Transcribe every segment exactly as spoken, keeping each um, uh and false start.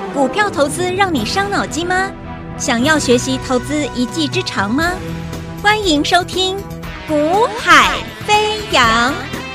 股票投资让你伤脑筋吗？想要学习投资一技之长吗？欢迎收听《股海飞扬》。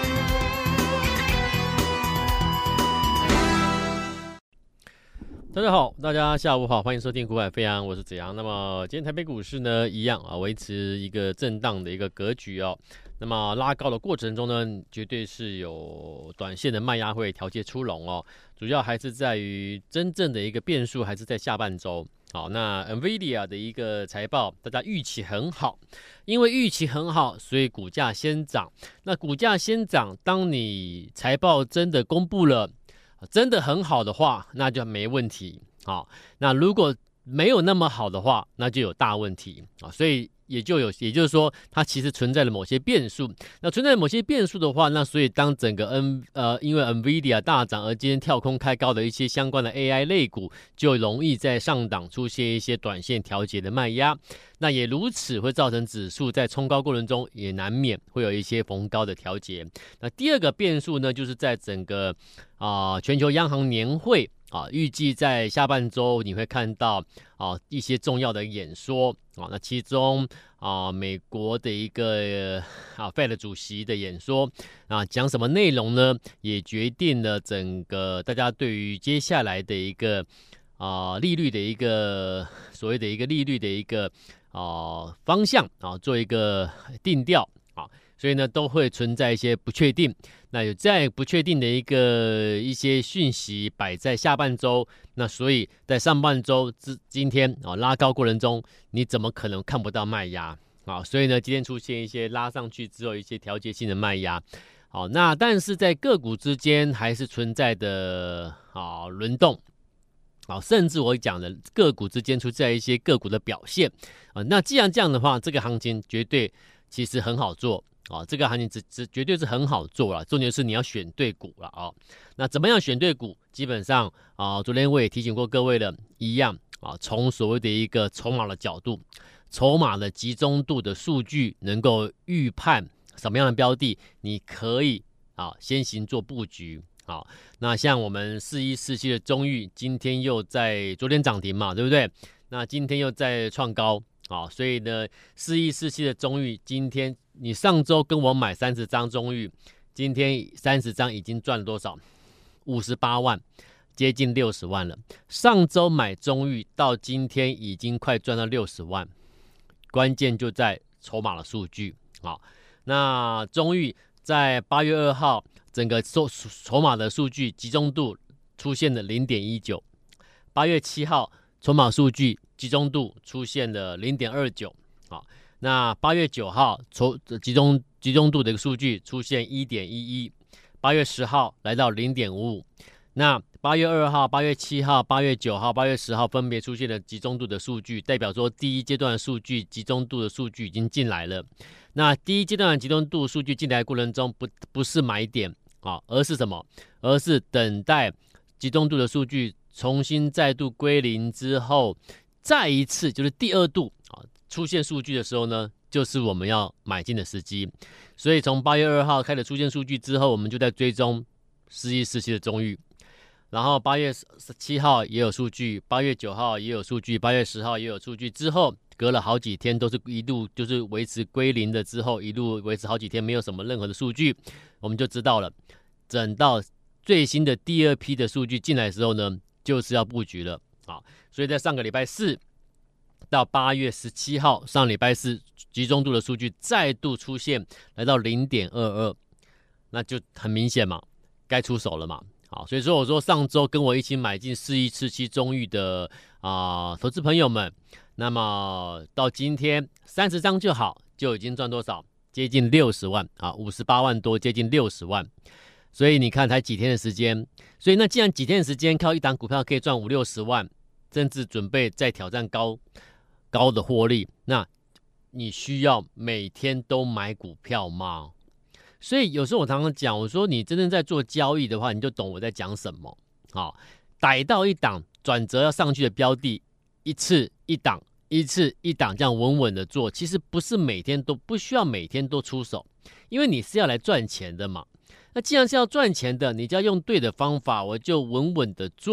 大家好，大家下午好，欢迎收听《股海飞扬》，我是子阳。那么今天台北股市呢，一样啊，维持一个震荡的一个格局哦。那么拉高的过程中呢，绝对是有短线的卖压会调节出笼哦。主要还是在于真正的一个变数，还是在下半周。好，那 NVIDIA 的一个财报，大家预期很好，因为预期很好，所以股价先涨。那股价先涨，当你财报真的公布了，真的很好的话，那就没问题。好，那如果没有那么好的话，那就有大问题啊。所以也就有，也就是说，它其实存在了某些变数。那存在了某些变数的话，那所以当整个 N 呃，因为 NVIDIA 大涨而今天跳空开高的一些相关的 A I 类股，就容易在上档出现一些短线调节的卖压。那也如此会造成指数在冲高过程中也难免会有一些逢高的调节。那第二个变数呢，就是在整个啊、呃、全球央行年会啊，预计在下半周你会看到啊一些重要的演说啊，那其中啊美国的一个啊 Fed 主席的演说啊，讲什么内容呢？也决定了整个大家对于接下来的一个啊利率的一个所谓的一个利率的一个啊方向啊做一个定调啊。所以呢，都会存在一些不确定。那有这样不确定的一个一些讯息摆在下半周，那所以在上半周之今天啊拉高过程中，你怎么可能看不到卖压啊？所以呢，今天出现一些拉上去之后一些调节性的卖压。好，那但是在个股之间还是存在的啊轮动。好，甚至我讲的个股之间出在一些个股的表现啊。那既然这样的话，这个行情绝对其实很好做。哦，这个行情只只绝对是很好做了，重点是你要选对股了啊、哦。那怎么样选对股？基本上啊、哦，昨天我也提醒过各位了，一样啊，从所谓的一个筹码的角度，筹码的集中度的数据，能够预判什么样的标的，你可以啊先行做布局。好，那像我们四一四七的中裕，今天又在昨天涨停嘛，对不对？那今天又在创高。好，所以呢，四一四七的中裕，今天你上周跟我买三十张中裕，今天三十张已经赚了多少？五十八万，接近六十万了。上周买中裕到今天已经快赚到六十万，关键就在筹码的数据。好，那中裕在八月二号，整个筹筹码的数据集中度出现了 零点一九， 八月七号筹码数据集中度出现了 零点二九， 好，那八月九号筹集中集中度的一个数据出现 一点一一， 八月十号来到 零点五五， 那八月二号、八月七号、八月九号、八月十号分别出现了集中度的数据，代表说第一阶段的数据集中度的数据已经进来了。那第一阶段的集中度数据进来的过程中不不是买点啊，而是什么？而是等待集中度的数据重新再度归零之后，再一次就是第二度啊出现数据的时候呢，就是我们要买进的时机。所以从八月二号开始出现数据之后，我们就在追踪四一四七的中裕，然后八月七号也有数据，八月九号也有数据，八月十号也有数据，之后隔了好几天都是一路就是维持归零的，之后一路维持好几天没有什么任何的数据，我们就知道了，等到最新的第二批的数据进来的时候呢，就是要布局了。好，所以在上个礼拜四到八月十七号，上礼拜四集中度的数据再度出现，来到 零点二二， 那就很明显嘛，该出手了嘛。好，所以说我说上周跟我一起买进四一四七中裕的啊、呃、投资朋友们，那么到今天三十张就好，就已经赚多少？接近六十万啊，五十八万多，接近六十万。所以你看才几天的时间，所以那既然几天的时间靠一档股票可以赚五六十万，甚至准备再挑战高高的获利，那你需要每天都买股票吗？所以有时候我常常讲，我说你真正在做交易的话，你就懂我在讲什么。好，逮到一档转折要上去的标的，一次一档，一次一档这样稳稳的做，其实不是每天都不需要每天都出手，因为你是要来赚钱的嘛。那既然是要赚钱的，你就要用对的方法，我就稳稳的做，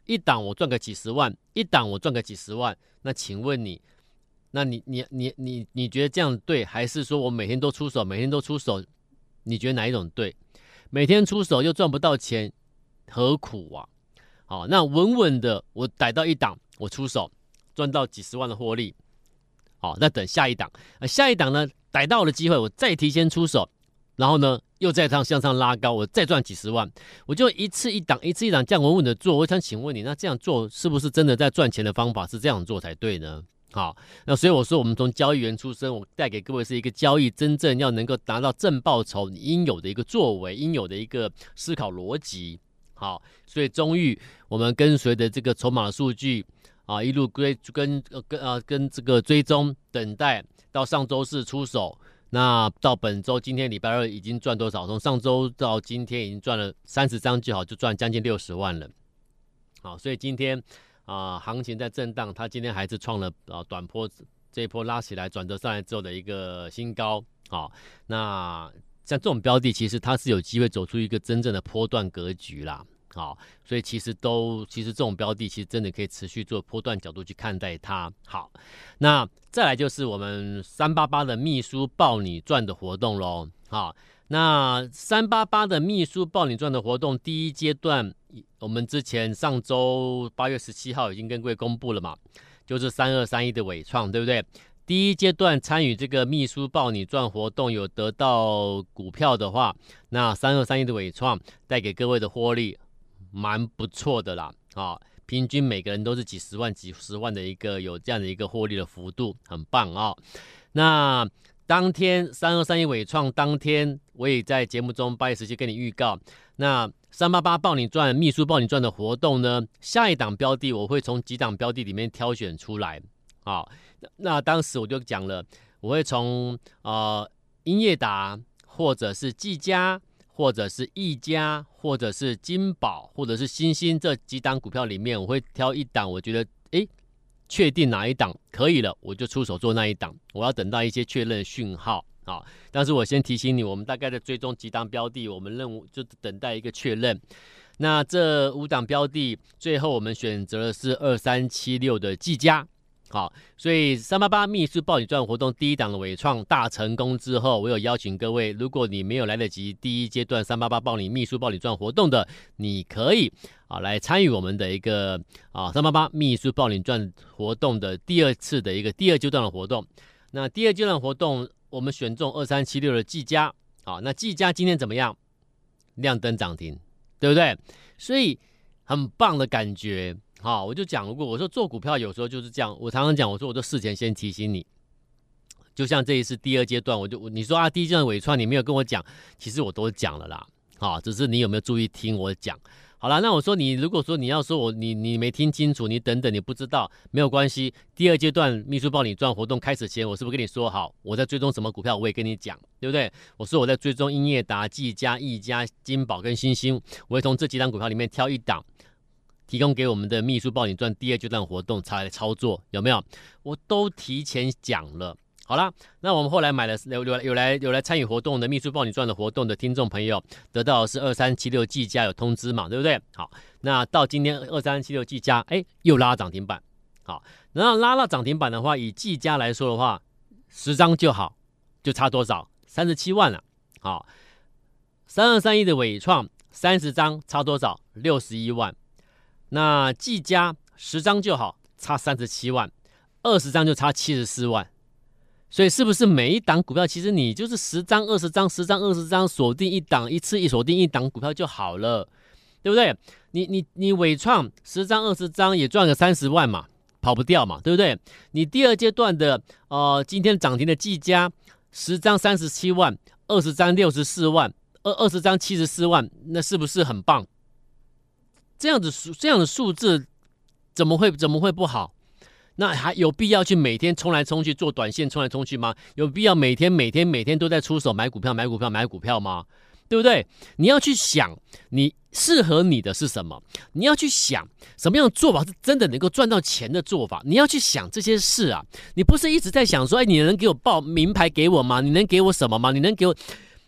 一档我赚个几十万，一档我赚个几十万，那请问你，那你你你你你觉得这样对，还是说我每天都出手，每天都出手？你觉得哪一种对？每天出手又赚不到钱，何苦啊？好，那稳稳的我逮到一档，我出手赚到几十万的获利，好，那等下一档，呃、下一档呢逮到了机会，我再提前出手，然后呢又再向上拉高，我再赚几十万，我就一次一档一次一档这样稳稳的做。我想请问你，那这样做是不是真的在赚钱的方法是这样做才对呢？好，那所以我说我们从交易员出身，我带给各位是一个交易真正要能够拿到正报酬你应有的一个作为，应有的一个思考逻辑。好，所以终于我们跟随的这个筹码的数据啊，一路跟跟跟呃跟这个追踪等待，到上周四出手，那到本周今天礼拜二已经赚多少？从上周到今天已经赚了三十张就好，就赚将近六十万了。好，所以今天啊、呃、行情在震荡，它今天还是创了啊短波这一波拉起来转折上来之后的一个新高。好，那像这种标的，其实它是有机会走出一个真正的波段格局啦。好，所以其实都其实这种标的，其实真的可以持续做波段角度去看待它。好，那再来就是我们三八八的秘书抱你赚的活动咯。好，那三八八的秘书抱你赚的活动第一阶段，我们之前上周八月十七号已经跟各位公布了嘛，就是三二三一的伟创，对不对？第一阶段参与这个秘书抱你赚活动有得到股票的话，那三二三一的伟创带给各位的获利蛮不错的啦，啊，平均每个人都是几十万几十万的一个有这样的一个获利的幅度，很棒啊。那当天三二三一伟创当天我也在节目中八月十七跟你预告，那三八八抱你赚秘书抱你赚的活动呢，下一档标的我会从几档标的里面挑选出来。好，那当时我就讲了，我会从呃英业达或者是技嘉或者是亿嘉或者是金宝或者是新兴这几档股票里面，我会挑一档我觉得诶确定哪一档可以了，我就出手做那一档，我要等到一些确认讯号。好，但是我先提醒你，我们大概在追踪几档标的，我们任务就等待一个确认。那这五档标的最后我们选择的是二三七六的技嘉。好，所以三八八秘书抱你赚活动第一档的伟创大成功之后，我有邀请各位，如果你没有来得及第一阶段三八八抱你秘书抱你赚活动的，你可以啊来参与我们的一个啊三八八秘书抱你赚活动的第二次的一个第二阶段的活动。那第二阶段活动，我们选中二三七六的技嘉，好，那技嘉今天怎么样？亮灯涨停，对不对？所以很棒的感觉。好，我就讲过，我说做股票有时候就是这样，我常常讲，我说我都事前先提醒你，就像这一次第二阶段，我就你说啊，第一阶段伟创你没有跟我讲，其实我都讲了啦，好，只是你有没有注意听我讲？好啦，那我说你如果说你要说我你你没听清楚，你等等你不知道没有关系，第二阶段秘书抱你赚活动开始前，我是不是跟你说好，我在追踪什么股票，我也跟你讲，对不对？我说我在追踪英业达、技嘉、亿嘉、金宝跟新兴，我会从这几档股票里面挑一档。提供给我们的秘书抱你赚第二阶段活动才来操作，有没有？我都提前讲了。好啦，那我们后来买了有有有来有来参与活动的秘书抱你赚的活动的听众朋友，得到的是二三七六技嘉有通知嘛，对不对？好，那到今天二三七六技嘉，哎，又拉涨停板。好，然后拉到涨停板的话，以技嘉来说的话，十张就好，就差多少？三十七万了。好，三二三一的伟创三十张差多少？六十一万。那技嘉十张就好，差三十七万，二十张就差七十四万，所以是不是每一档股票，其实你就是十张、二十张、十张、二十张锁定一档，一次一锁定一档股票就好了，对不对？你你你伟创十张、二十张也赚个三十万嘛，跑不掉嘛，对不对？你第二阶段的呃今天涨停的技嘉十张三十七万，二十张六十四万，二二十张七十四万，那是不是很棒？这样子这样的数字怎么会怎么会不好？那还有必要去每天冲来冲去做短线冲来冲去吗？有必要每天每天每天都在出手买股票买股票买股票吗？对不对？你要去想你适合你的是什么，你要去想什么样的做法是真的能够赚到钱的做法，你要去想这些事啊。你不是一直在想说，哎，你能给我报名牌给我吗？你能给我什么吗？你能给我？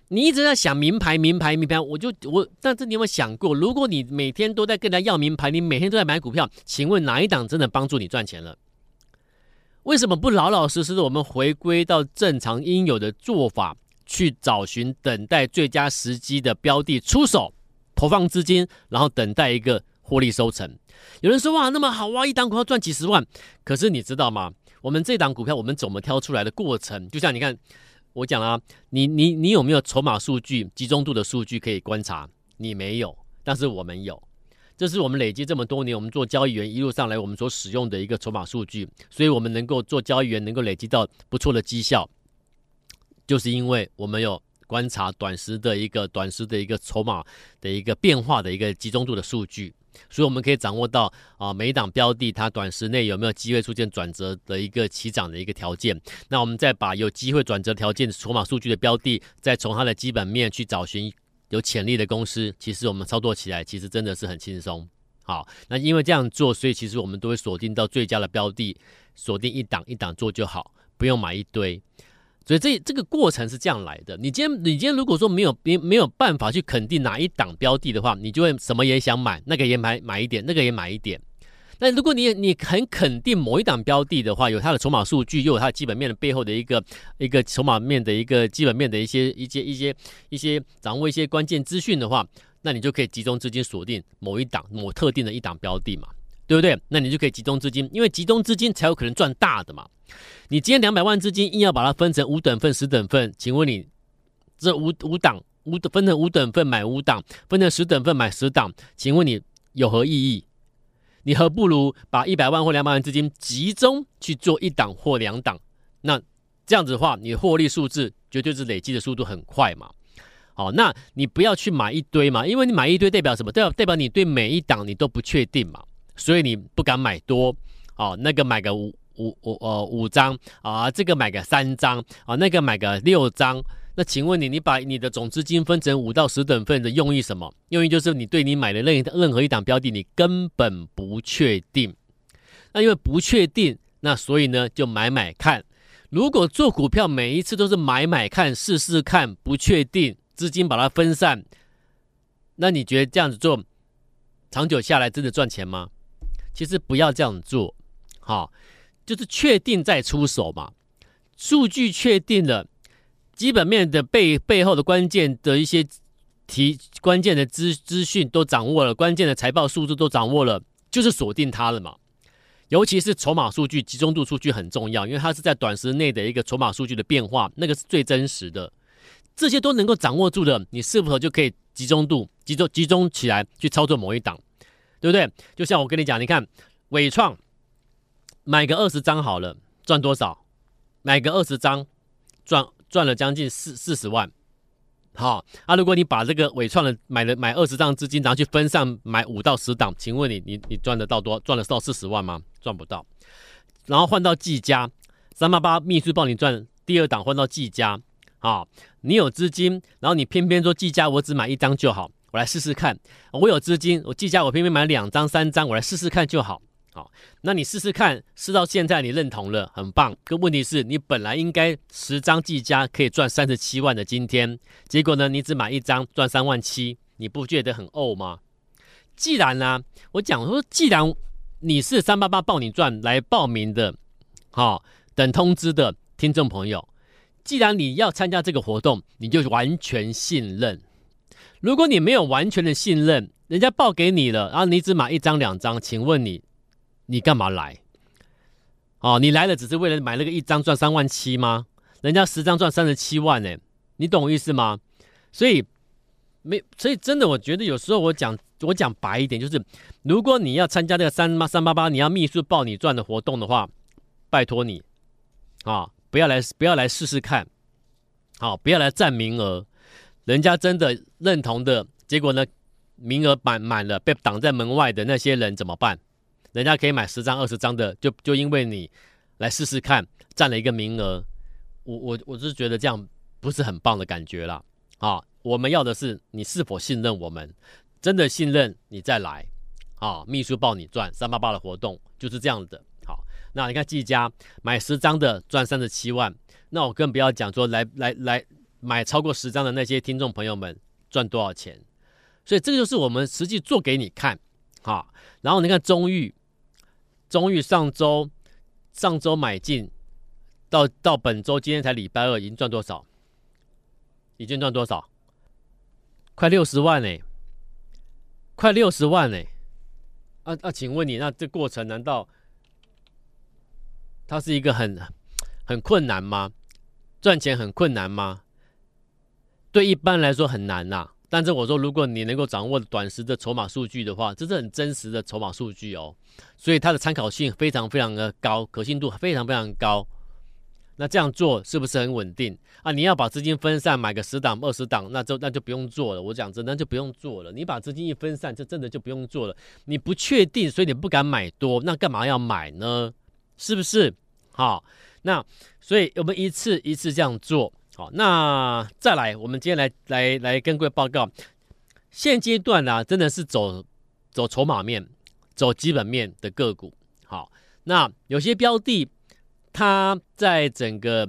你一直在想名牌，名牌，名牌，我就我，但是你有没有想过，如果你每天都在跟人家要名牌，你每天都在买股票，请问哪一档真的帮助你赚钱了？为什么不老老实实的我们回归到正常应有的做法，去找寻等待最佳时机的标的出手，投放资金，然后等待一个获利收成？有人说哇，那么好啊，一档股票赚几十万，可是你知道吗？我们这档股票我们怎么挑出来的过程，就像你看。我讲啦，你你你有没有筹码数据、集中度的数据可以观察？你没有，但是我们有。这是我们累积这么多年，我们做交易员一路上来我们所使用的一个筹码数据，所以我们能够做交易员，能够累积到不错的绩效，就是因为我们有观察短时的一个短时的一个筹码的一个变化的一个集中度的数据。所以我们可以掌握到啊，每一档标的它短时内有没有机会出现转折的一个起涨的一个条件。那我们再把有机会转折条件筹码数据的标的，再从它的基本面去找寻有潜力的公司，其实我们操作起来其实真的是很轻松。好，那因为这样做，所以其实我们都会锁定到最佳的标的，锁定一档一档做就好，不用买一堆。所以这这个过程是这样来的。你今天你今天如果说没有没有办法去肯定哪一档标的的话，你就会什么也想买，那个也买买一点，那个也买一点。那如果你你很肯定某一档标的的话，有它的筹码数据，又有它的基本面的背后的一个一个筹码面的一个基本面的一些一些一些一些掌握一些关键资讯的话，那你就可以集中资金锁定某一档某特定的一档标的嘛。对不对？那你就可以集中资金，因为集中资金才有可能赚大的嘛。你今天两百万资金硬要把它分成五等份、十等份，请问你这五五档五分成五等份买五档，分成十等份买十档，请问你有何意义？你何不如把一百万或两百万资金集中去做一档或两档？那这样子的话，你的获利数字绝对是累积的速度很快嘛。好，那你不要去买一堆嘛，因为你买一堆代表什么？代表代表你对每一档你都不确定嘛。所以你不敢买多，哦，那个买个五五五呃五张啊，这个买个三张啊，那个买个六张。那请问你，你把你的总资金分成五到十等份的用意什么？用意就是你对你买的任任何一档标的，你根本不确定。那因为不确定，那所以呢就买买看。如果做股票每一次都是买买看、试试看，不确定，资金把它分散，那你觉得这样子做长久下来真的赚钱吗？其实不要这样做，好，就是确定再出手嘛。数据确定了，基本面的背背后的关键的一些提关键的资资讯都掌握了，关键的财报数字都掌握了，就是锁定它了嘛。尤其是筹码数据、集中度数据很重要，因为它是在短时内的一个筹码数据的变化，那个是最真实的。这些都能够掌握住的，你是否就可以集中度集中集中起来去操作某一档？对不对？就像我跟你讲，你看伟创买个二十张好了，赚多少？买个二十张，赚赚了将近四四十万。好，啊，如果你把这个伟创的买了买二十张资金，然后去分上买五到十档，请问你你你赚得到多？赚得到四十万吗？赚不到。然后换到技嘉三八八秘书帮你赚第二档，换到技嘉，好，你有资金，然后你偏偏说技嘉我只买一张就好。我来试试看，我有资金，我技嘉我偏偏买两张三张，我来试试看就好。好，那你试试看，试到现在你认同了，很棒。可问题是你本来应该十张技嘉可以赚三十七万的今天，结果呢你只买一张赚三万七，你不觉得很怄吗？既然呢、啊，我讲说，既然你是三八八报你赚来报名的，好、哦、等通知的听众朋友，既然你要参加这个活动，你就完全信任。如果你没有完全的信任，人家报给你了，然后你只买一张两张，请问你，你干嘛来？哦，你来了只是为了买那个一张赚三万七吗？人家十张赚三十七万呢，你懂我意思吗？所以没，所以真的，我觉得有时候我讲我讲白一点，就是如果你要参加这个三三八八，你要秘书报你赚的活动的话，拜托你啊，不要来不要来试试看，好，不要来占名额。人家真的认同的结果呢，名额满满了，被挡在门外的那些人怎么办？人家可以买十张二十张的，就就因为你来试试看，占了一个名额，我我我是觉得这样不是很棒的感觉啦。啊，我们要的是你是否信任我们，真的信任你再来。啊，秘书报你赚三八八的活动就是这样的。好，那你看技嘉买十张的赚三十七万，那我更不要讲说来来来。 买超过十张的那些听众朋友们赚多少钱。所以这个就是我们实际做给你看，好，然后你看中裕，中裕上周上周买进，到到本周今天才礼拜二，已经赚多少？已经赚多少？快六十万哎、欸，快六十万哎、欸！啊啊，请问你，那这过程难道它是一个很很困难吗？赚钱很困难吗？对一般来说很难呐、啊。但是我说，如果你能够掌握短时的筹码数据的话，这是很真实的筹码数据哦，所以它的参考性非常非常的高，可信度非常非常高。那这样做是不是很稳定啊？你要把资金分散，买个十档、二十档，那就那就不用做了。我讲真的，那就不用做了。你把资金一分散，这真的就不用做了。你不确定，所以你不敢买多，那干嘛要买呢？是不是？好，那所以我们一次一次这样做。好，那再来，我们今天来来来跟各位报告，现阶段啊，真的是走走筹码面、走基本面的个股。好，那有些标的，它在整个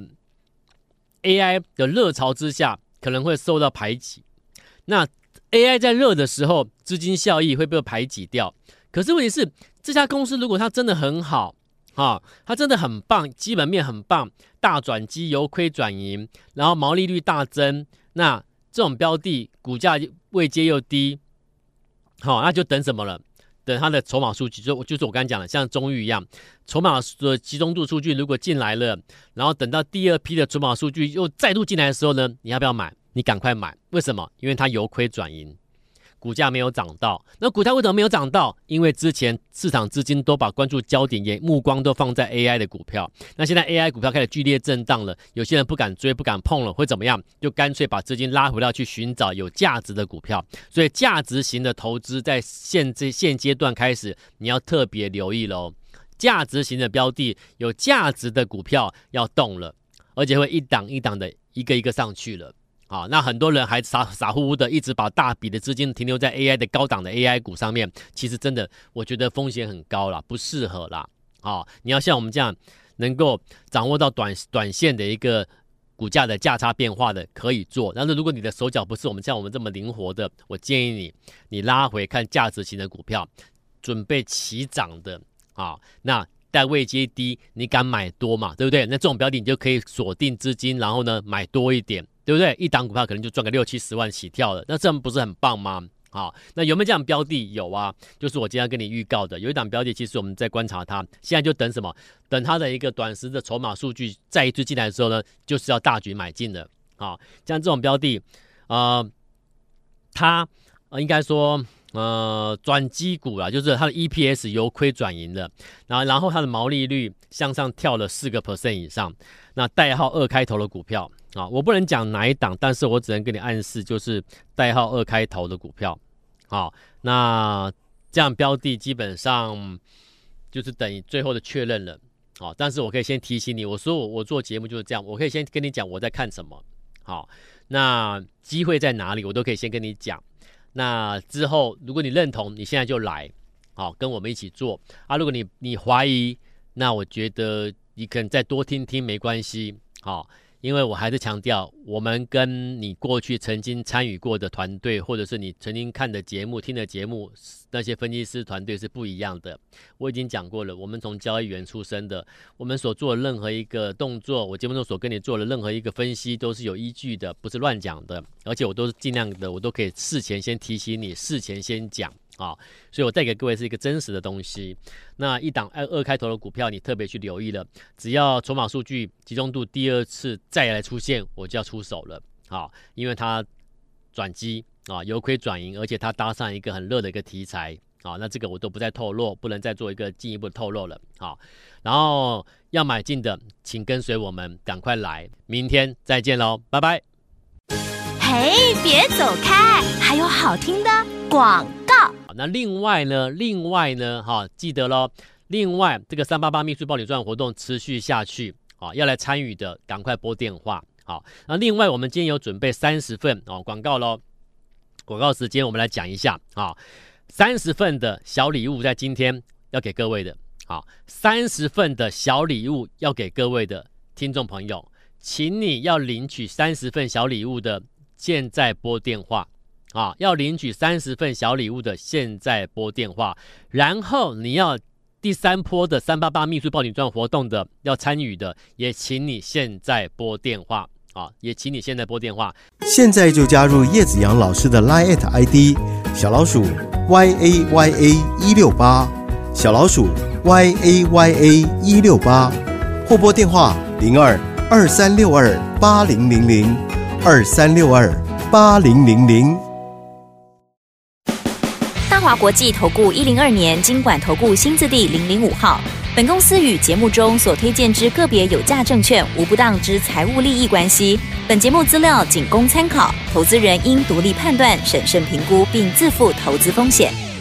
A I 的热潮之下，可能会受到排挤。那 A I 在热的时候，资金效益会被排挤掉。可是问题是，这家公司如果它真的很好，啊，它真的很棒，基本面很棒，大转机，由亏转盈，然后毛利率大增，那这种标的股价位阶又低，好，那就等什么了？等它的筹码数据，就就是我刚才讲的，像中裕一样，筹码的集中度数据如果进来了，然后等到第二批的筹码数据又再度进来的时候呢，你要不要买？你赶快买，为什么？因为它由亏转盈。股价没有涨到，那股价为什么没有涨到？因为之前市场资金都把关注焦点也目光都放在 A I 的股票，那现在 A I 股票开始剧烈震荡了，有些人不敢追不敢碰了，会怎么样？就干脆把资金拉回来去寻找有价值的股票。所以价值型的投资在现现阶段开始，你要特别留意咯。价值型的标的，有价值的股票要动了，而且会一档一档的一个一个上去了。好，那很多人还傻傻乎乎的一直把大笔的资金停留在 A I 的高档的 A I 股上面，其实真的我觉得风险很高啦，不适合啦。好，你要像我们这样能够掌握到短短线的一个股价的价差变化的可以做，但是如果你的手脚不是我们像我们这么灵活的，我建议你你拉回看价值型的股票，准备起涨的啊，那在位阶低你敢买多嘛，对不对？那这种标的你就可以锁定资金，然后呢买多一点，对不对？一档股票可能就赚个六七十万起跳了，那这样不是很棒吗？好，那有没有这样标的？有啊，就是我今天要跟你预告的，有一档标的，其实我们在观察它，现在就等什么？等它的一个短时的筹码数据再一次进来的时候呢，就是要大举买进的。好，像这种标的，呃，它、呃、应该说。呃，转机股啦，就是它的 E P S 由亏转盈了，然后然后它的毛利率向上跳了四个 percent 以上，那代号二开头的股票啊，我不能讲哪一档，但是我只能跟你暗示，就是代号二开头的股票，好，那这样标的基本上就是等于最后的确认了，好，但是我可以先提醒你，我说我我做节目就是这样，我可以先跟你讲我在看什么，好，那机会在哪里，我都可以先跟你讲。那之后，如果你认同，你现在就来，好，跟我们一起做啊。如果你你怀疑，那我觉得你可能再多听听没关系，好，因为我还是强调，我们跟你过去曾经参与过的团队，或者是你曾经看的节目、听的节目，那些分析师团队是不一样的。我已经讲过了，我们从交易员出身的，我们所做的任何一个动作，我节目中所跟你做的任何一个分析，都是有依据的，不是乱讲的，而且我都是尽量的，我都可以事前先提醒你，事前先讲。啊，所以我带给各位是一个真实的东西。那一档二开头的股票，你特别去留意了。只要筹码数据集中度第二次再来出现，我就要出手了。好，因为它转机啊，由亏转盈，而且它搭上一个很热的一个题材。好，那这个我都不再透露，不能再做一个进一步的透露了。好，然后要买进的，请跟随我们，赶快来，明天再见喽，拜拜。 嘿，别走开，还有好听的广告。 那另外呢，另外呢，哈，记得咯，另外这个三八八秘书报你赚活动持续下去，好，要来参与的赶快拨电话。好，那另外我们今天有准备三十份哦广告咯，广告时间我们来讲一下啊，三十份的小礼物在今天要给各位的，好，三十份的小礼物要给各位的听众朋友， 请你要领取三十份小礼物的，现在拨电话啊！要领取三十份小礼物的，现在拨电话。然后你要第三波的三八八秘书报你赚活动的要参与的，也请你现在拨电话啊！也请你现在拨电话。 现在就加入叶子阳老师的 Line at I D 小老鼠 Y A Y A 一六八，小老鼠 Y A Y A 一六八，或拨电话零二二三六二八零零零二三六二八零零零。 大华国际投顾一零二年金管投顾新字第零零五号。本公司与节目中所推荐之个别有价证券无不当之财务利益关系。本节目资料仅供参考，投资人应独立判断、审慎评估，并自负投资风险。